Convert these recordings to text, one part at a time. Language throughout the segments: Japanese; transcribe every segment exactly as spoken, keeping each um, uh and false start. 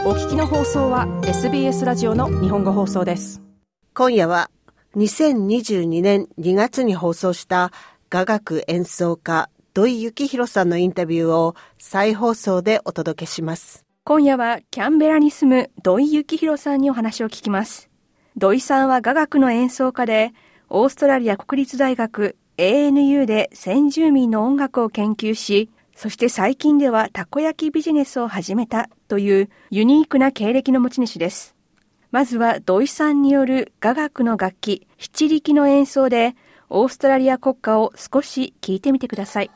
お聞きの放送は エスビーエス ラジオの日本語放送です。 今夜はにせんにじゅうにねんにがつに放送した雅楽演奏家土井幸宏さんのインタビューを再放送でお届けします。 今夜はキャンベラに住む土井幸宏さんにお話を聞きます。土井さんは雅楽の演奏家で、オーストラリア国立大学 エーエヌユー で先住民の音楽を研究し、そして最近ではたこ焼きビジネスを始めたというユニークな経歴の持ち主です。まずは土井さんによる雅楽の楽器、七力の演奏でオーストラリア国歌を少し聞いてみてください。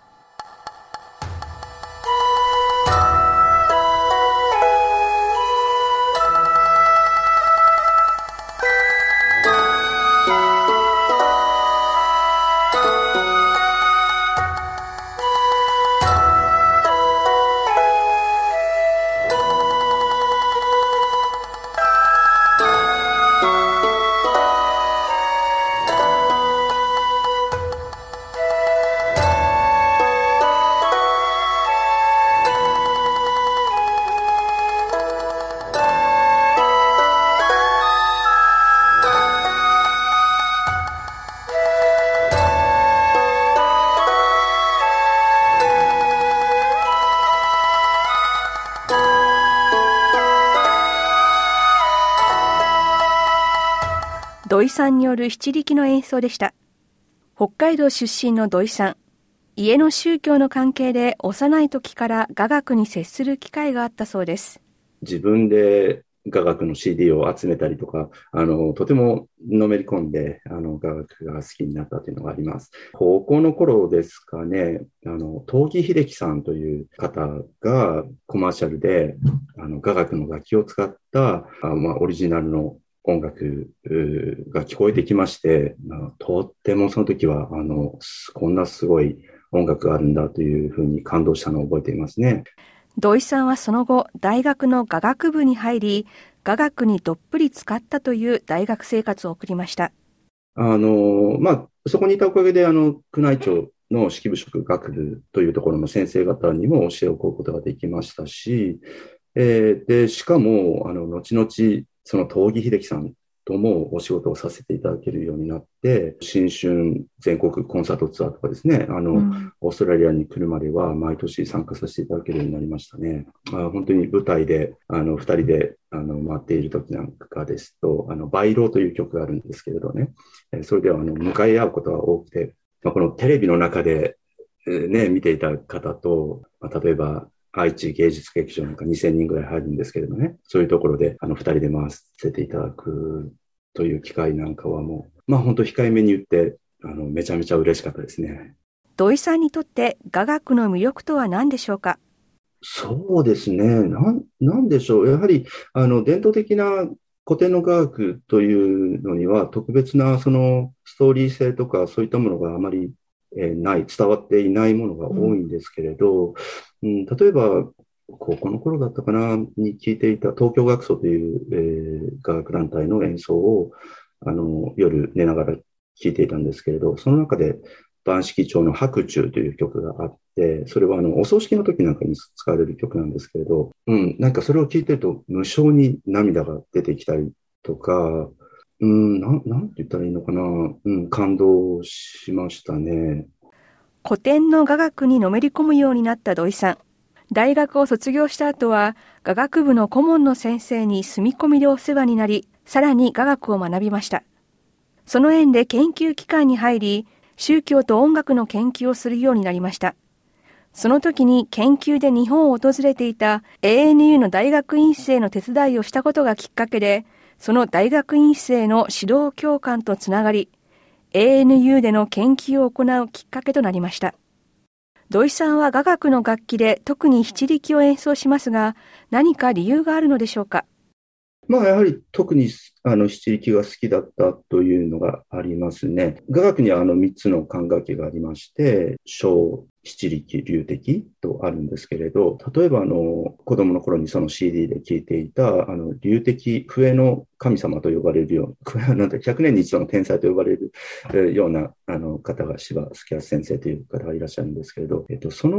土井さんによる七力の演奏でした。北海道出身の土井さん、家の宗教の関係で幼い時から雅楽に接する機会があったそうです。 自分で雅楽の シーディー を集めたりとか、あのとてものめり込んであの雅楽が好きになったというのがあります。高校の頃ですかね、あの東儀秀樹さんという方がコマーシャルであの雅楽の楽器を使ったあ、まあ、オリジナルの音楽が聞こえてきまして、とってもその時はあのこんなすごい音楽があるんだというふうに感動したのを覚えていますね。 土井さんはその後大学の雅楽部に入り、雅楽にどっぷり使ったという大学生活を送りました。 あの、まあ、そこにいたおかげであの宮内庁の式部職楽部というところの先生方にも教えを請うことができましたし、えー、でしかもあの後々その東儀秀樹さんともお仕事をさせていただけるようになって、新春全国コンサートツアーとかですね、あの、うん、オーストラリアに来るまでは毎年参加させていただけるようになりましたね。あ本当に舞台であのふたりであの回っている時なんかですと、あのバイローという曲があるんですけれどね、それではあの向かい合うことが多くて、まあ、このテレビの中で、ね、見ていた方と、まあ、例えば愛知芸術劇場なんかにせんにんぐらい入るんですけれどね、そういうところであのふたりで回させていただくという機会なんかはもう、まあ本当控えめに言ってあのめちゃめちゃ嬉しかったですね。 土井さんにとって雅楽の魅力とは何でしょうか？ そうですね、なん、なんでしょう。やはりあの伝統的な古典の雅楽というのには特別なそのストーリー性とかそういったものがあまりえー、ない、伝わっていないものが多いんですけれど、うん、例えば、高校の頃だったかな、に聞いていた東京楽奏という、えー、雅楽団体の演奏を、あの、夜寝ながら聞いていたんですけれど、その中で、晩式調の白昼という曲があって、それはあの、お葬式の時なんかに使われる曲なんですけれど、うん、なんかそれを聞いてると、無性に涙が出てきたりとか、うん、なん、なんて言ったらいいのかな、うん、感動しましたね。 古典の雅楽にのめり込むようになった土井さん。大学を卒業した後は、雅楽部の顧問の先生に住み込みでお世話になり、さらに雅楽を学びました。その縁で研究機関に入り、宗教と音楽の研究をするようになりました。その時に研究で日本を訪れていた エーエヌユー の大学院生の手伝いをしたことがきっかけで、その大学院生の指導教官とつながり、エーエヌユー での研究を行うきっかけとなりました。土井さんは雅楽の楽器で特に七力を演奏しますが、何か理由があるのでしょうか？ まあ、やはり特にあの七力が好きだったというのがありますね。雅楽にはあのみっつの管楽器がありまして、小、七力、流笛とあるんですけれど、例えばあの子供の頃にその シーディー で聴いていたあの流笛、笛の神様と呼ばれるような、なんてひゃくねんに一度の天才と呼ばれる、えー、ようなあの方が柴助康先生という方がいらっしゃるんですけれど、えっと、その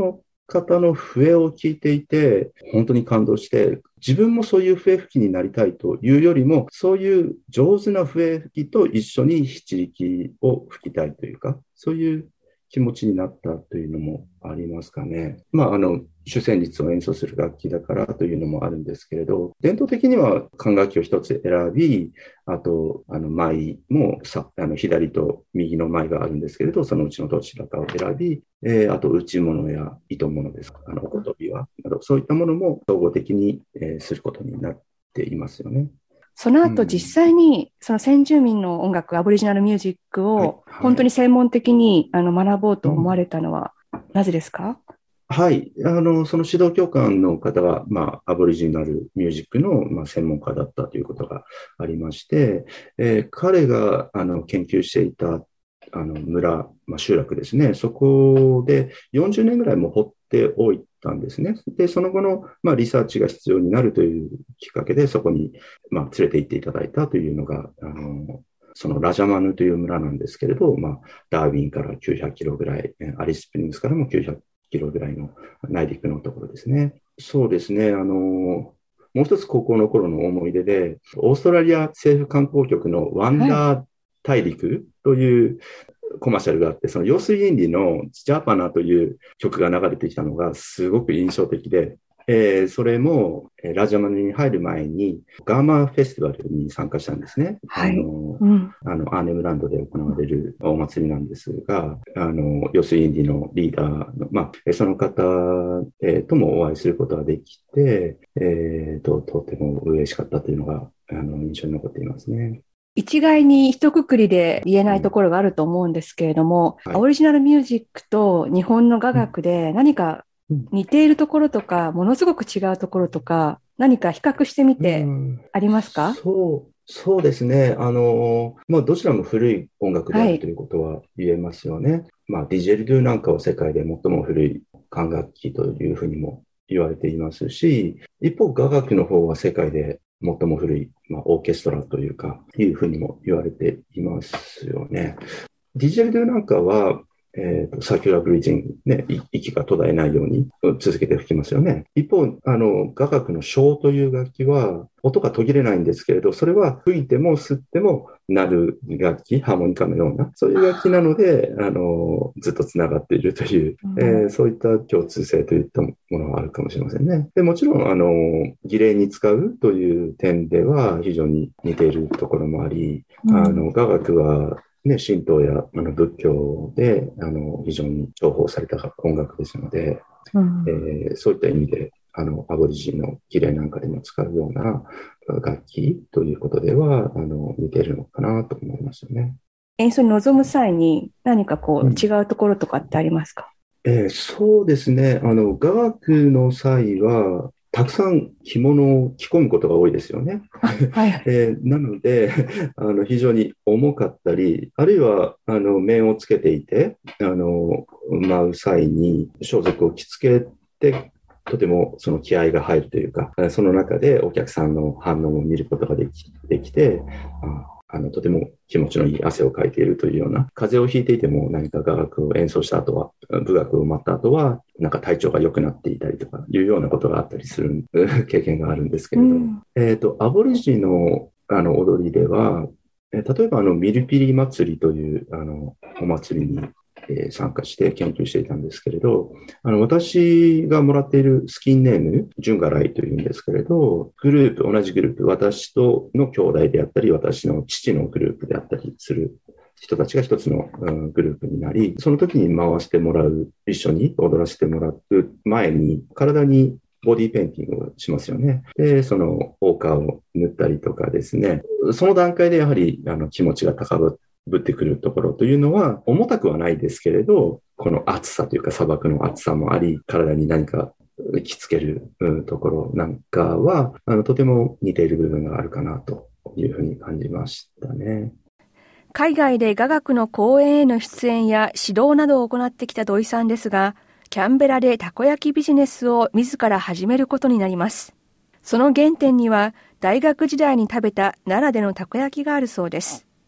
方の笛を聞いていて、本当に感動して、自分もそういう笛吹きになりたいというよりも、そういう上手な笛吹きと一緒に七力を吹きたいというか、そういう気持ちになったというのもありますかね。まあ、あの、主旋律を演奏する楽器だからというのもあるんですけれど、伝統的には管楽器を一つ選び、あと、あの、舞もさ、あの、左と右の舞があるんですけれど、そのうちのどちらかを選び、えー、あと、内物や糸物です。あの、おことびわなど、そういったものも総合的に、えー、することになっていますよね。 その後実際にその先住民の音楽、アボリジナルミュージックを本当に専門的にあの学ぼうと思われたのはなぜですか？ はい。あの、その指導教官の方が、まあ、アボリジナルミュージックの、まあ、専門家だったということがありまして、えー、彼が、あの、研究していた、あの、村、まあ、集落ですね。そこでよんじゅうねんぐらいも掘っておいたんですね。で、その後の、まあ、リサーチが必要になるというきっかけで、そこに、まあ、連れて行っていただいたというのが、あの、そのラジャマヌという村なんですけれど、まあ、ダーウィンからきゅうひゃくキロぐらい、アリススプリングスからもきゅうひゃくキロぐらいの内陸のところですね。そうですね。あの、もう一つ高校の頃の思い出で、オーストラリア政府観光局のワンダー大陸というコマーシャルがあって、その用水インディのジャパナという曲が流れてきたのがすごく印象的で、えー、それもラジャマヌに入る前にガーマフェスティバルに参加したんですね。 はい、 あの、うん、あのアーネムランドで行われるお祭りなんですが、あのヨスインディのリーダーの、まあ、その方、えー、ともお会いすることができて、えー、ととても嬉しかったというのがあの印象に残っていますね。 一概に一括りで言えないところがあると思うんですけれども、うんはい、オリジナルミュージックと日本の雅楽で何か似ているところとか、ものすごく違うところとか、何か比較してみてありますか？ うん、そう、そうですね。あの、まあ、どちらも古い音楽であるということは言えますよね。はい、まあ、ディジェルドゥなんかは世界で最も古い管楽器というふうにも言われていますし、一方、雅楽の方は世界で最も古い、まあ、オーケストラというか、いうふうにも言われていますよね。ディジェルドゥなんかは、えーと、サーキュラーブリージング、ね、息が途絶えないように続けて吹きますよね。一方、あの、雅楽の笙という楽器は、音が途切れないんですけれど、それは吹いても吸っても鳴る楽器、ハーモニカのような、そういう楽器なので、あの、ずっとつながっているという、えー、そういった共通性といったものはあるかもしれませんね。でもちろん、あの、儀礼に使うという点では非常に似ているところもあり、あの、雅楽は、ね、神道やあの仏教であの非常に重宝された音楽ですので、うんえー、そういった意味であのアボリジンの儀礼なんかでも使うような楽器ということではあの似ているのかなと思いますよね。 演奏に臨む際に何かこう、うん、違うところとかってありますか？ えー、そうですね。あの雅楽の際はたくさん着物を着込むことが多いですよね。はいえー、なのであの非常に重かったり、あるいはあの面をつけていてあの舞う際に装束を着付けてとてもその気合が入るというか、その中でお客さんの反応を見ることができ、できてああのとても気持ちのいい汗をかいているというような、風邪をひいていても何か雅楽を演奏した後は、舞楽を待った後はなんか体調が良くなっていたりとかいうようなことがあったりする経験があるんですけれど、うん、えっとアボリジのあの踊りでは、え例えばあのミルピリ祭りというあのお祭りに参加して研究していたんですけれど、あの私がもらっているスキンネーム、ジュンガライというんですけれど、グループ、同じグループ、私との兄弟であったり、私の父のグループであったりする人たちが一つの、うん、グループになり、その時に回してもらう、一緒に踊らせてもらう前に、体にボディーペインティングをしますよね。で、そのオーカーを塗ったりとかですね、その段階でやはりあの気持ちが高ぶぶってくるところというのは重たくはないですけれど、この暑さというか砂漠の暑さもあり、体に何かきつけるところなんかはあのとても似ている部分があるかなというふうに感じましたね。 海外で雅楽の公演への出演や指導などを行ってきた土井さんですが、キャンベラでたこ焼きビジネスを自ら始めることになります。その原点には大学時代に食べた奈良でのたこ焼きがあるそうです。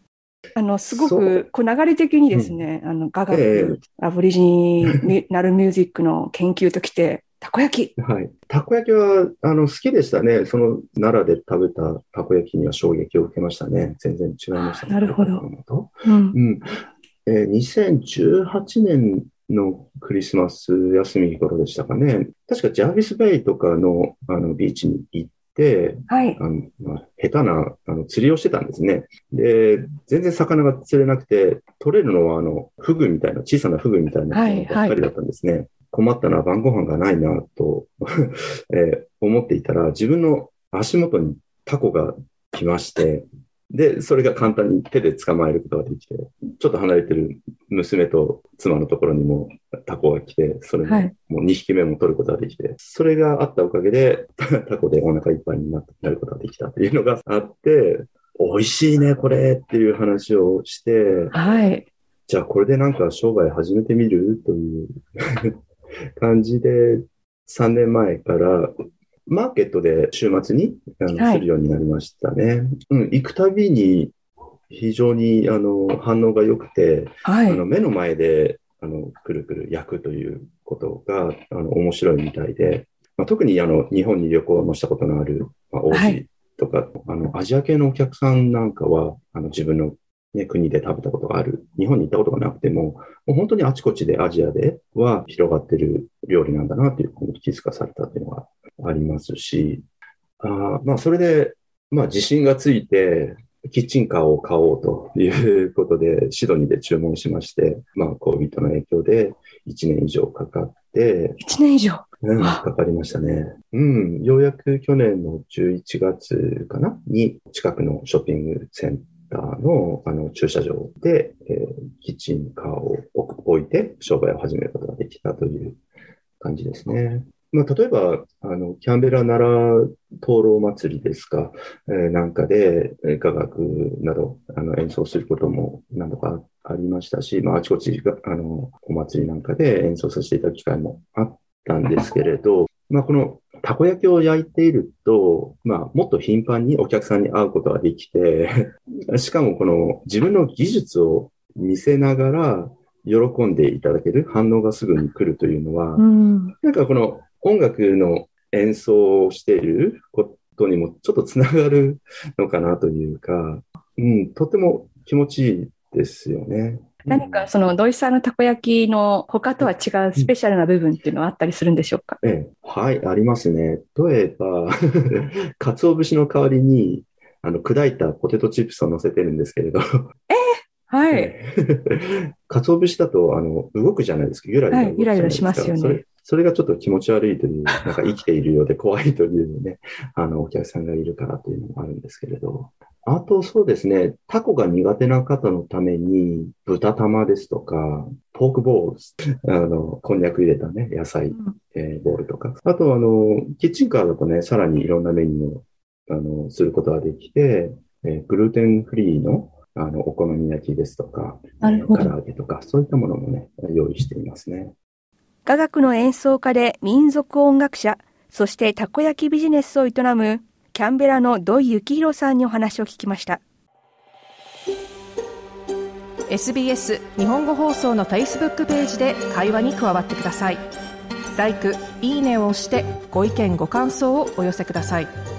あの、すごく、こう流れ的にですね、うん、あの、雅楽、えー、アボリジニナルミュージックの研究ときて、たこ焼き。 はい。たこ焼きは、あの、好きでしたね。その、奈良で食べたたこ焼きには衝撃を受けましたね。全然違いましたね。 なるほど。 うん。うん。えー、にせんじゅうはちねんのクリスマス休み頃でしたかね。確かジャービスベイとかの、あの、ビーチに行って、 はい。 あの、まあ、下手な、あの、釣りをしてたんですね。で、全然魚が釣れなくて、取れるのは、あの、フグみたいな、小さなフグみたいなものばっかりだったんですね。はいはい、困ったな、晩ご飯がないな、と、えー、思っていたら、自分の足元にタコが来まして、で、それが簡単に手で捕まえることができて、ちょっと離れてる娘と妻のところにもタコが来て、それももうにひきめも取ることができて、はい、それがあったおかげで、タコでお腹いっぱいになることができたというのがあって、美味しいね、これっていう話をして、 はい。 じゃあこれでなんか商売始めてみるという感じで、さんねんまえからマーケットで週末にあの、はい、するようになりましたね。うん、行くたびに非常にあの反応が良くて、はい、あの目の前であのくるくる焼くということがあの面白いみたいで、まあ、特にあの日本に旅行もしたことのある、まあ、オージーとか、はい、あのアジア系のお客さんなんかはあの自分のね、国で食べたことがある。日本に行ったことがなくても、もう本当にあちこちでアジアでは広がってる料理なんだなというふうに気づかされたというのがありますし、あまあそれで、まあ自信がついて、キッチンカーを買おうということで、シドニーで注文しまして、まあ コービッド の影響でいちねん以上かかって、 いちねん以上、 うん、かかりましたね。うん、ようやく去年のじゅういちがつかなに近くのショッピングセンターの, あの駐車場で、えー、キッチンカーを置いて商売を始めることができたという感じですね。まあ、例えばあのキャンベラ奈良灯籠祭りですか、えー、なんかで雅楽などあの演奏することも何度かありましたし、まあ、あちこちあのお祭りなんかで演奏させていただく機会もあったんですけれど、まあ、このたこ焼きを焼いていると、まあ、もっと頻繁にお客さんに会うことができて、しかもこの自分の技術を見せながら喜んでいただける反応がすぐに来るというのは、うん、なんかこの音楽の演奏をしていることにもちょっとつながるのかなというか、うん、とても気持ちいいですよね。 何かその土井さんのたこ焼きの他とは違うスペシャルな部分っていうのはあったりするんでしょうか？ ええ、はい、ありますね。例えば、鰹節の代わりにあの砕いたポテトチップスを乗せてるんですけれど。 えー、はい。 鰹節だとあの動くじゃないですか。ゆらゆら動くじゃないですか。 はい、ゆらゆらしますよね。 それ、それがちょっと気持ち悪いという、なんか生きているようで怖いというね、あのお客さんがいるからというのもあるんですけれど。あとそうですね、タコが苦手な方のために、豚玉ですとか、ポークボールス、あの、こんにゃく入れたね、野菜、うんえー、ボールとか。あとあの、キッチンカーだとね、さらにいろんなメニューを、あの、することができて、えー、グルテンフリーの、あの、お好み焼きですとか、えー、唐揚げとか、そういったものもね、用意していますね。 雅楽の演奏家で民族音楽者、そしてたこ焼きビジネスを営む、キャンベラの土井幸弘さんにお話を聞きました。 エスビーエス 日本語放送の Facebook ページで会話に加わってください。ライク、いいねを押してご意見ご感想をお寄せください。